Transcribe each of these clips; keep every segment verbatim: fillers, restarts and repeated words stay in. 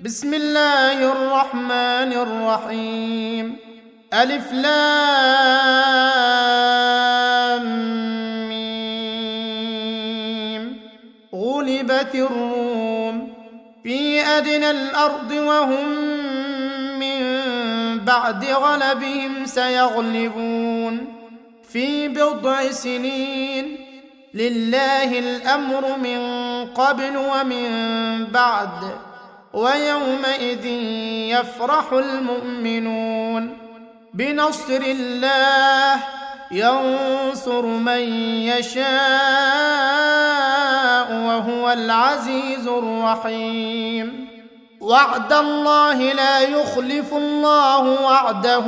بسم الله الرحمن الرحيم. ألف لام ميم. غلبت الروم في أدنى الأرض وهم من بعد غلبهم سيغلبون في بضع سنين. لله الأمر من قبل ومن بعد ويومئذ يفرح المؤمنون بنصر الله ينصر من يشاء وهو العزيز الرحيم. وعد الله لا يخلف الله وعده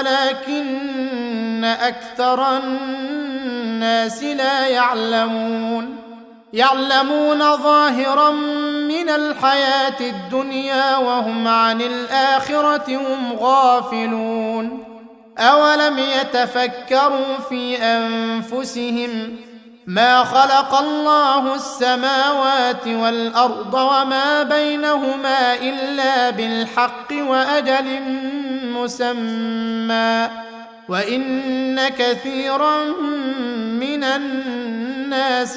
ولكن أكثر الناس لا يعلمون يعلمون ظاهرا من الحياة الدنيا وهم عن الآخرة هم غافلون. أولم يتفكروا في أنفسهم ما خلق الله السماوات والأرض وما بينهما إلا بالحق وأجل مسمى وإن كثيرا من الناس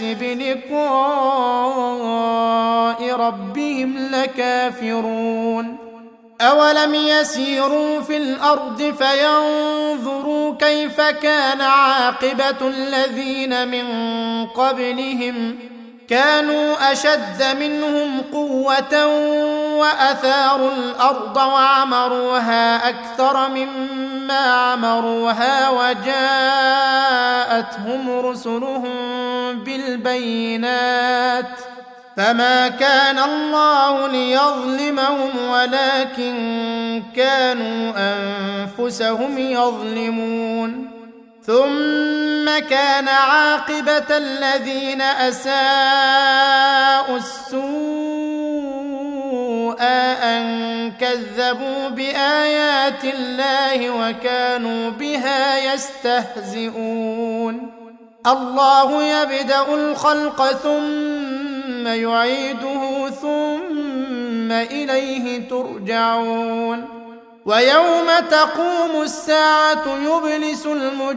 بلقاء ربهم لكافرون. أولم يسيروا في الأرض فينظروا كيف كان عاقبة الذين من قبلهم كانوا أشد منهم قوة وأثاروا الأرض وعمروها أكثر مما عمروها وجاءتهم رسلهم بالبينات فما كان الله ليظلمهم ولكن كانوا أنفسهم يظلمون. ثم كان عاقبة الذين أساءوا السوء أن كذبوا بآيات الله وكانوا بها يستهزئون. الله يبدأ الخلق ثم يعيده ثم إليه ترجعون. ويوم تقوم الساعة يبلس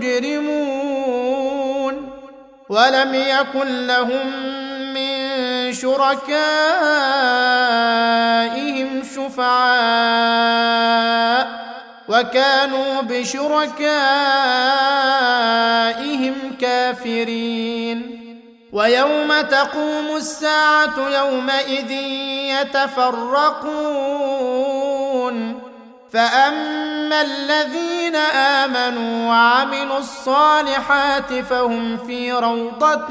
المجرمون ولم يكن لهم من شركائهم شفعاء وكانوا بشركائهم كافرين. ويوم تقوم الساعة يومئذ يتفرقون فأما الذين آمنوا وعملوا الصالحات فهم في روضة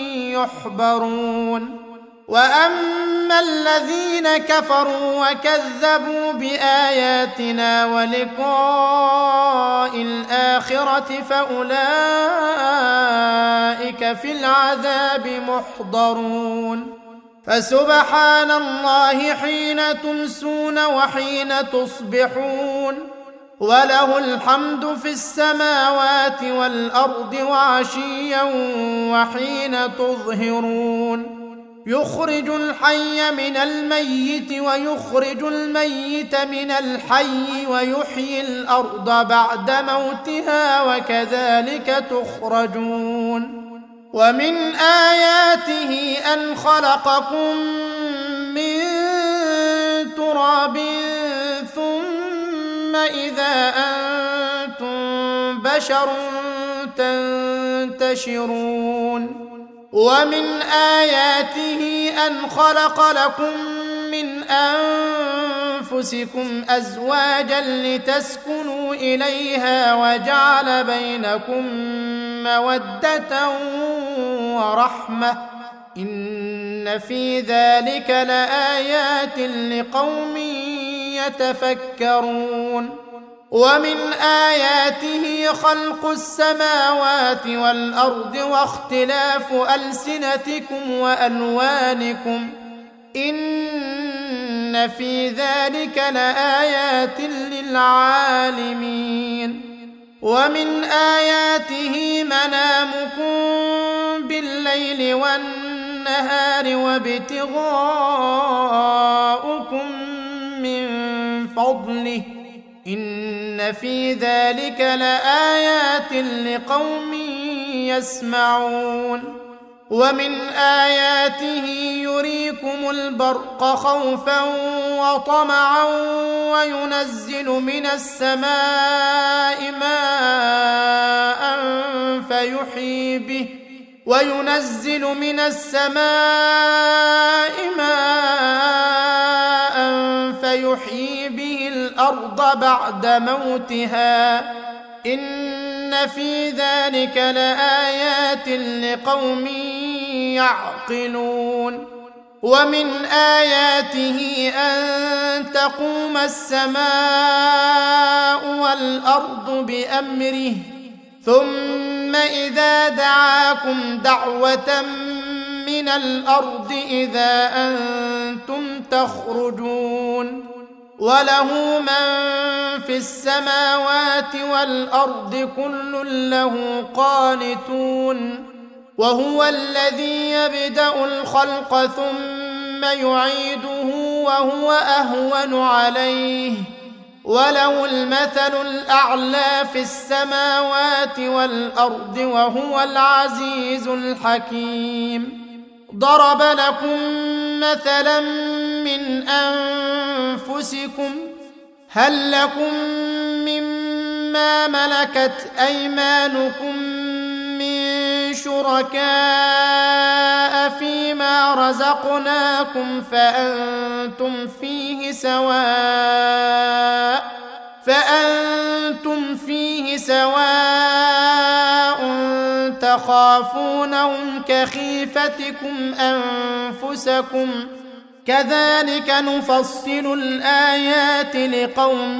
يحبرون وأما الذين كفروا وكذبوا بآياتنا ولقاء الآخرة فأولئك في العذاب محضرون. فسبحان الله حين تمسون وحين تصبحون وله الحمد في السماوات والأرض وعشيا وحين تظهرون. يخرج الحي من الميت ويخرج الميت من الحي ويحيي الأرض بعد موتها وكذلك تخرجون. ومن آياته أن خلقكم من تراب ثم إذا أنتم بشر تنتشرون. ومن آياته أن خلق لكم من أنفسكم أزواجا لتسكنوا إليها وجعل بينكم مودة ورحمة إن في ذلك لآيات لقوم يتفكرون. ومن آياته خلق السماوات والأرض واختلاف ألسنتكم وألوانكم إن في ذلك لآيات للعالمين. ومن آياته منامكم بالليل والنهار وابتغاؤكم فضله إن في ذلك لآيات لقوم يسمعون ومن آياته يريكم البرق خوفا وطمعا وينزل من السماء ماء فيحيي به وينزل من السماء ماء فيحيي به الأرض بعد موتها إن في ذلك لآيات لقوم يعقلون ومن آياته أن تقوم السماء والأرض بأمره ثم إذا دعاكم دعوة من الأرض إذا أنتم تخرجون وله من في السماوات والأرض كل له قانتون وهو الذي يبدأ الخلق ثم يعيده وهو أهون عليه وله المثل الأعلى في السماوات والأرض وهو العزيز الحكيم ضرب لكم مثلا من أنفسكم هل لكم مما ملكت أيمانكم من شركاء فيما رزقناكم فأنتم فيه سواء فأنتم فيه سواء تخافونهم كخيفتكم أنفسكم كذلك نفصل الآيات لقوم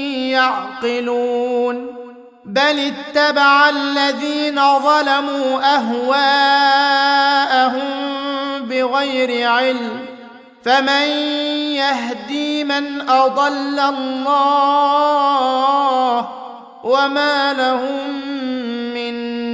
يعقلون بل اتبع الذين ظلموا أهواءهم بغير علم فمن يهدي من أضل الله وما لهم من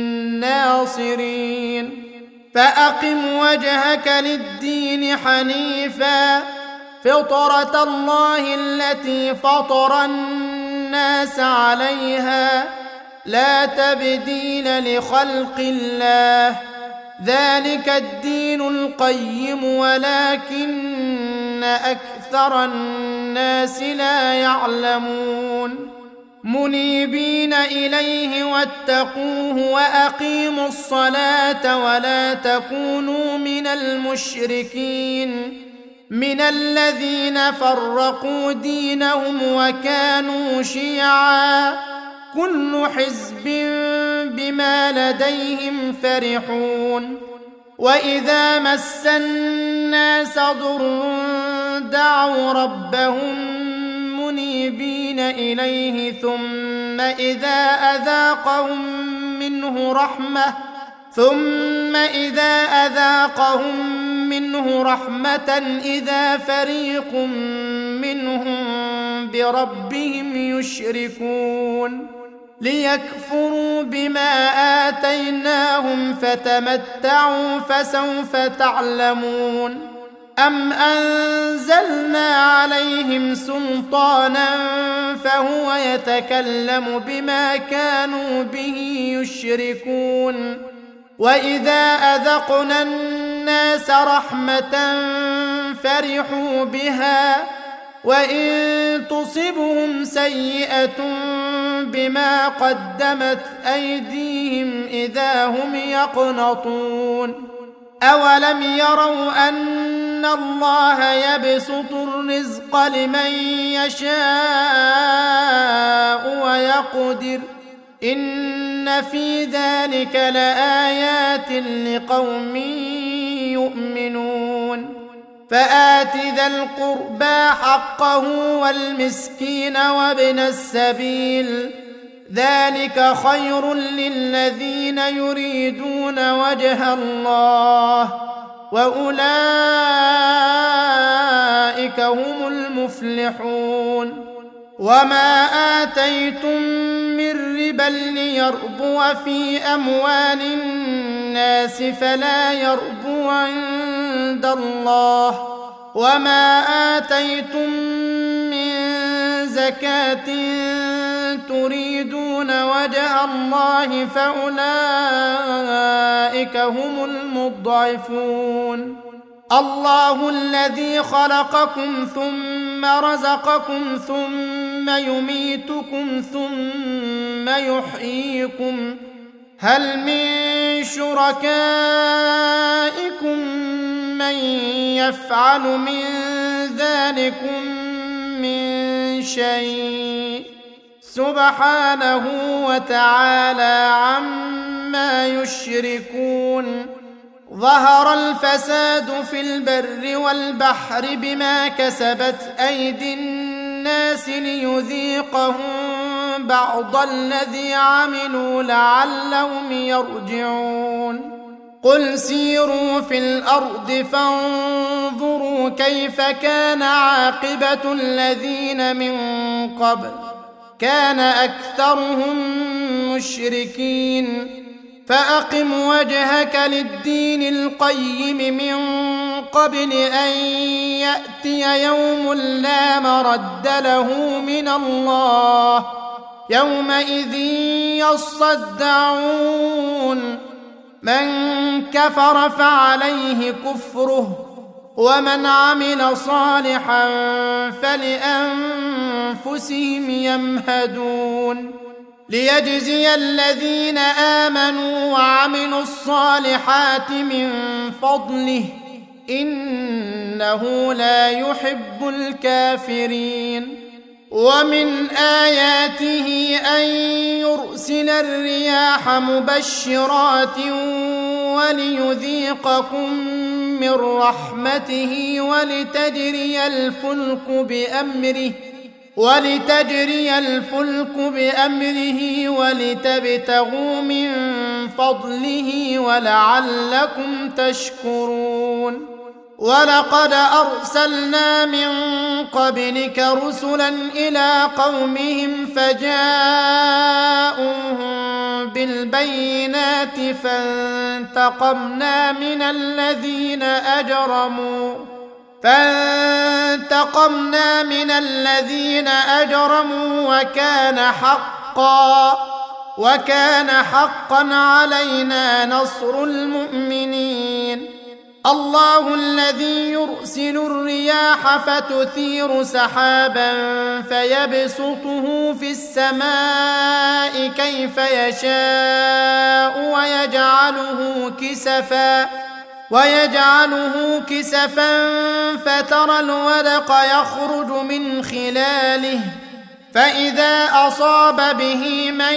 ناصرين فأقم وجهك للدين حنيفا فطرة الله التي فطر الناس عليها لا تبديل لخلق الله ذلك الدين القيم ولكن أكثر الناس لا يعلمون منيبين إليه واتقوه وأقيموا الصلاة ولا تكونوا من المشركين من الذين فرقوا دينهم وكانوا شيعا كل حزب بما لديهم فرحون وإذا مس الناس ضر دعوا ربهم منيبين إليه ثم إذا أذاقهم منه رحمة ثم إذا أذاقهم منه رحمة إذا فريق منهم بربهم يشركون ليكفروا بما آتيناهم فتمتعوا فسوف تعلمون أم أنزلنا عليهم سلطانا فهو يتكلم بما كانوا به يشركون وإذا أذقنا الناس رحمة فرحوا بها وإن تصبهم سيئة بما قدمت أيديهم إذا هم يقنطون أولم يروا أن الله يبسط الرزق لمن يشاء ويقدر إن في ذلك لآيات لقوم يؤمنون فآت ذا القربى حقه والمسكين وابن السبيل ذلك خير للذين يريدون وجه الله وأولئك هم المفلحون وما آتيتم من ربا ليربو في أموال الناس فلا يربو عند الله وما آتيتم من زكاة تريدون وجه الله فأولئك هم المضعفون. الله الذي خلقكم ثم رزقكم ثم يميتكم ثم يحييكم هل من شركائكم من يفعل من ذلكم من شيء سبحانه وتعالى عما يشركون. ظهر الفساد في البر والبحر بما كسبت أيدي الناس ليذيقهم بعض الذي عملوا لعلهم يرجعون. قل سيروا في الأرض فانظروا كيف كان عاقبة الذين من قبل كان أكثرهم مشركين. فأقم وجهك للدين القيم من قبل أن يأتي يوم لا مرد له من الله يومئذ يصدعون. من كفر فعليه كفره ومن عمل صالحا فلأنفسهم يمهدون. ليجزي الذين آمنوا وعملوا الصالحات من فضله إنه لا يحب الكافرين. ومن آياته أن يرسل الرياح مبشرات وليذيقكم من رحمته ولتجري الفلك بأمره ولتجري الفلك بأمره ولتبتغوا من فضله ولعلكم تشكرون. ولقد أرسلنا من قبلك رسلا إلى قومهم فجاءوهم بالبينات فانتقمنا من الذين أجرموا فانتقمنا من الذين أجرموا وكان حقا وكان حقا علينا نصر المؤمنين. الله الذي يرسل الرياح فتثير سحابا فيبسطه في السماء كيف يشاء ويجعله كسفا ويجعله كسفا فترى الودق يخرج من خلاله فإذا أصاب به من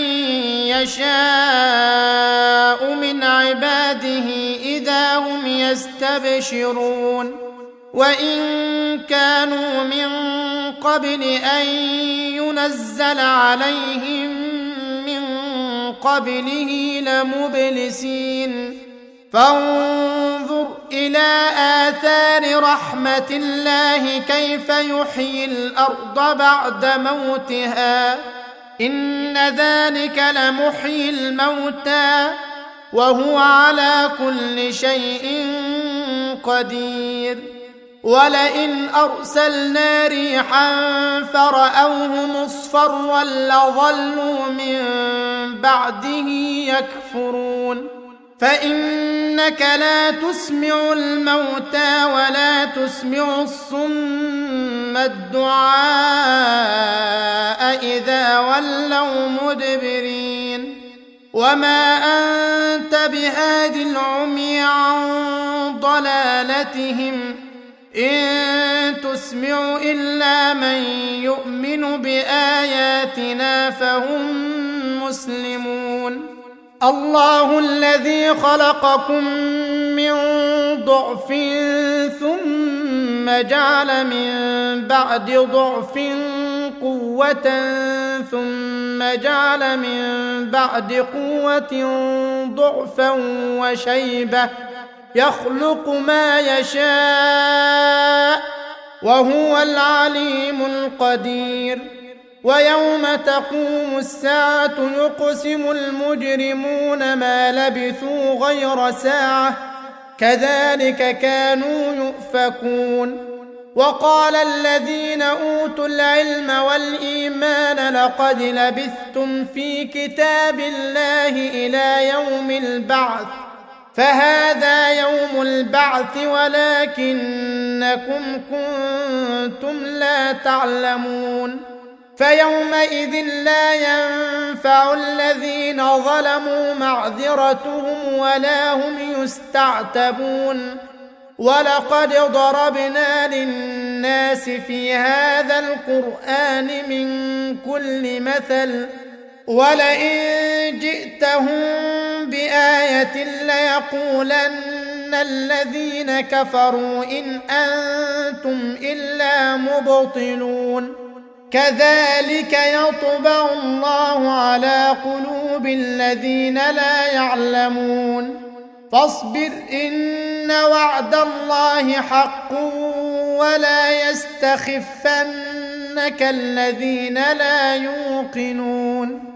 يشاء من عباده إذا هم يستبشرون. وإن كانوا من قبل أن ينزل عليهم من قبله لمبلسين. فانظر إلى آثار رحمة الله كيف يحيي الأرض بعد موتها إن ذلك لمحيي الموتى وهو على كل شيء قدير. ولئن أرسلنا ريحا فرأوه مصفرا لظلوا من بعده يكفرون. فإنك لا تسمع الموتى ولا تسمع الصم الدعاء إذا ولوا مدبرين. وما أنت بهاد العمي عن ضلالتهم إن تسمع إلا من يؤمن بآياتنا فهم مسلمون. الله الذي خلقكم من ضعف ثم جعل من بعد ضعف قوة ثم جعل من بعد قوة ضعفا وشيبة يخلق ما يشاء وهو العليم القدير. ويوم تقوم الساعة يقسم المجرمون ما لبثوا غير ساعة كذلك كانوا يؤفكون. وقال الذين أوتوا العلم والإيمان لقد لبثتم في كتاب الله إلى يوم البعث فهذا يوم البعث ولكنكم كنتم لا تعلمون فيومئذ لا ينفع الذين ظلموا معذرتهم ولا هم يستعتبون ولقد ضربنا للناس في هذا القرآن من كل مثل ولئن جئتهم بآية ليقولن الذين كفروا إن أنتم إلا مبطلون كذلك يطبع الله على قلوب الذين لا يعلمون فاصبر إن وعد الله حق ولا يستخفنك الذين لا يوقنون